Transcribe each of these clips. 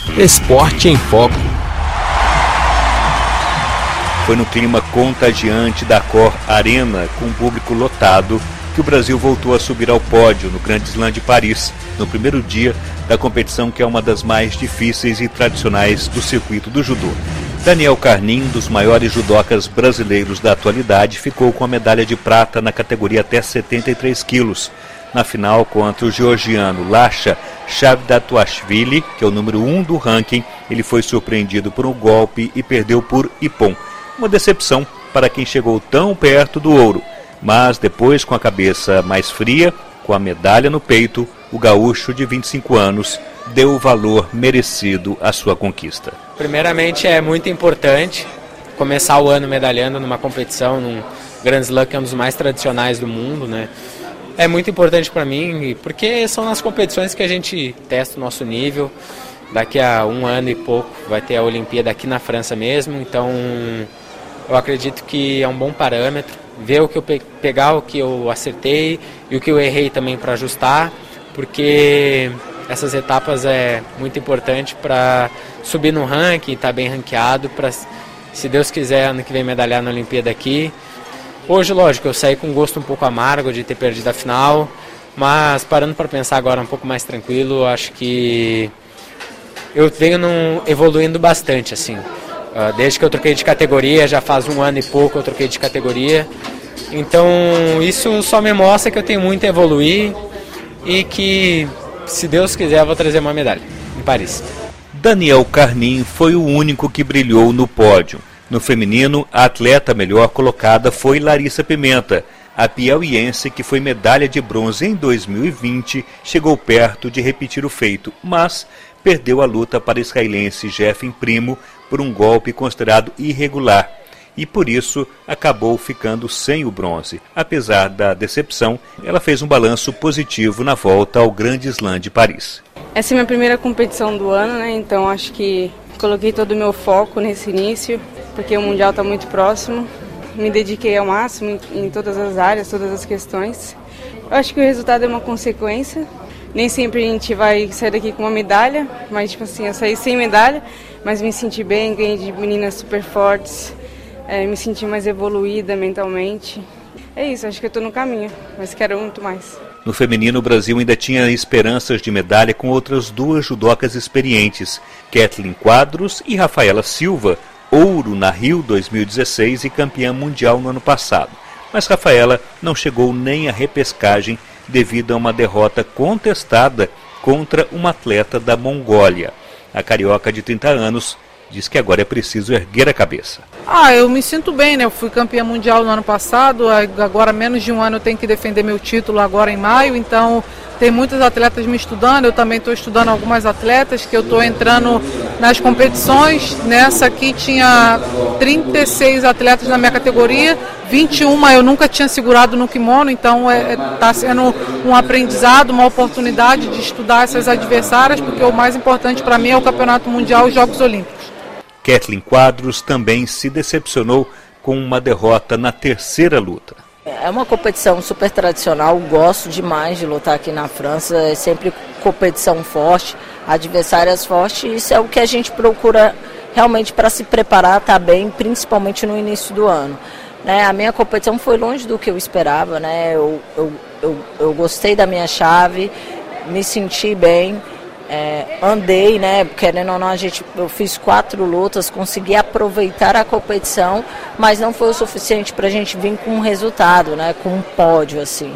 Esporte em Foco. Foi no clima contagiante da Accor Arena, com o público lotado, que o Brasil voltou a subir ao pódio no Grand Slam de Paris, no primeiro dia da competição, que é uma das mais difíceis e tradicionais do circuito do judô. Daniel Carnin, um dos maiores judocas brasileiros da atualidade, ficou com a medalha de prata na categoria até 73 quilos. Na final, contra o georgiano Lasha Shavdatuashvili, que é o número 1 do ranking, ele foi surpreendido por um golpe e perdeu por ippon. Uma decepção para quem chegou tão perto do ouro. Mas depois, com a cabeça mais fria, com a medalha no peito, o gaúcho de 25 anos deu o valor merecido à sua conquista. Primeiramente, é muito importante começar o ano medalhando numa competição, num Grand Slam, que é um dos mais tradicionais do mundo, né? É muito importante para mim, porque são nas competições que a gente testa o nosso nível. Daqui a um ano e pouco vai ter a Olimpíada aqui na França mesmo, então eu acredito que é um bom parâmetro, ver o que eu pegar, o que eu acertei e o que eu errei também para ajustar, porque essas etapas é muito importante para subir no ranking, estar bem ranqueado, para, se Deus quiser, ano que vem medalhar na Olimpíada aqui. Hoje, lógico, eu saí com um gosto um pouco amargo de ter perdido a final, mas parando para pensar agora um pouco mais tranquilo, acho que eu venho evoluindo bastante, assim. Desde que eu troquei de categoria, já faz um ano e pouco eu troquei de categoria. Então, isso só me mostra que eu tenho muito a evoluir e que, se Deus quiser, eu vou trazer uma medalha em Paris. Daniel Carnin foi o único que brilhou no pódio. No feminino, a atleta melhor colocada foi Larissa Pimenta. A piauiense, que foi medalha de bronze em 2020, chegou perto de repetir o feito, mas perdeu a luta para a israelense Jefim Primo por um golpe considerado irregular e, por isso, acabou ficando sem o bronze. Apesar da decepção, ela fez um balanço positivo na volta ao Grand Slam de Paris. Essa é a minha primeira competição do ano, né? Então acho que coloquei todo o meu foco nesse início, porque o Mundial está muito próximo. Me dediquei ao máximo em todas as áreas, todas as questões. Eu acho que o resultado é uma consequência. Nem sempre a gente vai sair daqui com uma medalha, mas tipo assim, eu saí sem medalha, mas me senti bem, ganhei de meninas super fortes, me senti mais evoluída mentalmente. É isso, acho que eu estou no caminho, mas quero muito mais. No feminino, o Brasil ainda tinha esperanças de medalha com outras duas judocas experientes, Kathleen Quadros e Rafaela Silva, ouro na Rio 2016 e campeã mundial no ano passado. Mas Rafaela não chegou nem à repescagem devido a uma derrota contestada contra uma atleta da Mongólia. A carioca de 30 anos diz que agora é preciso erguer a cabeça. Eu me sinto bem, né? Eu fui campeã mundial no ano passado, agora menos de um ano eu tenho que defender meu título agora em maio, então tem muitos atletas me estudando, eu também estou estudando algumas atletas que eu estou entrando nas competições. Nessa aqui tinha 36 atletas na minha categoria, 21 eu nunca tinha segurado no kimono, então está sendo um aprendizado, uma oportunidade de estudar essas adversárias, porque o mais importante para mim é o Campeonato Mundial e os Jogos Olímpicos. Kathleen Quadros também se decepcionou com uma derrota na terceira luta. É uma competição super tradicional, gosto demais de lutar aqui na França, é sempre competição forte, adversárias fortes, isso é o que a gente procura realmente para se preparar, tá bem, principalmente no início do ano. Né, a minha competição foi longe do que eu esperava, né, eu gostei da minha chave, me senti bem. Andei, né, querendo ou não, eu fiz 4 lutas, consegui aproveitar a competição, mas não foi o suficiente para a gente vir com um resultado, né, com um pódio, assim.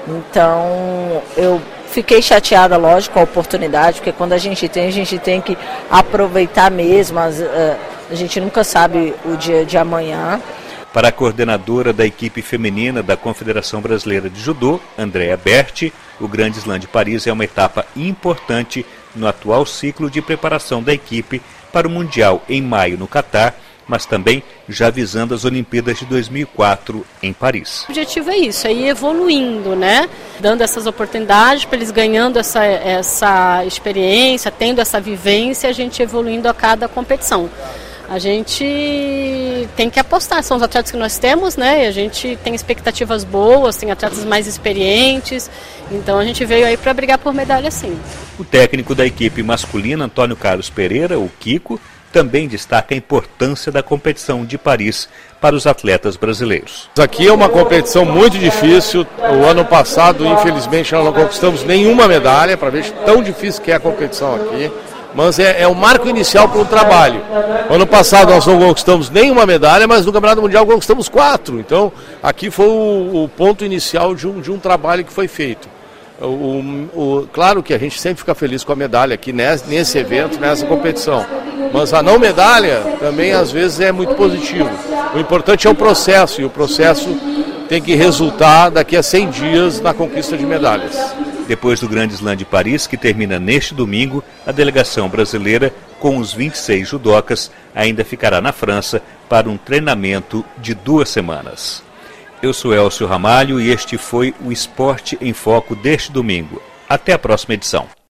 Então, eu fiquei chateada, lógico, com a oportunidade, porque quando a gente tem que aproveitar mesmo, a gente nunca sabe o dia de amanhã. Para a coordenadora da equipe feminina da Confederação Brasileira de Judô, Andréa Berti, o Grand Slam de Paris é uma etapa importante no atual ciclo de preparação da equipe para o Mundial em maio no Catar, mas também já visando as Olimpíadas de 2004 em Paris. O objetivo é isso, é ir evoluindo, né? Dando essas oportunidades para eles ganhando essa experiência, tendo essa vivência, a gente evoluindo a cada competição. A gente tem que apostar, são os atletas que nós temos, né? E a gente tem expectativas boas, tem atletas mais experientes, então a gente veio aí para brigar por medalha sim. O técnico da equipe masculina, Antônio Carlos Pereira, o Kiko, também destaca a importância da competição de Paris para os atletas brasileiros. Aqui é uma competição muito difícil. O ano passado, infelizmente, nós não conquistamos nenhuma medalha, para ver tão difícil que é a competição aqui. Mas é o marco inicial para o trabalho. Ano passado nós não conquistamos nenhuma medalha, mas no Campeonato Mundial conquistamos 4. Então aqui foi o ponto inicial de um trabalho que foi feito. Claro que a gente sempre fica feliz com a medalha aqui nesse evento, nessa competição. Mas a não medalha também às vezes é muito positivo. O importante é o processo, e o processo tem que resultar daqui a 100 dias na conquista de medalhas. Depois do Grande Slam de Paris, que termina neste domingo, a delegação brasileira, com os 26 judocas, ainda ficará na França para um treinamento de 2 semanas. Eu sou Elcio Ramalho e este foi o Esporte em Foco deste domingo. Até a próxima edição.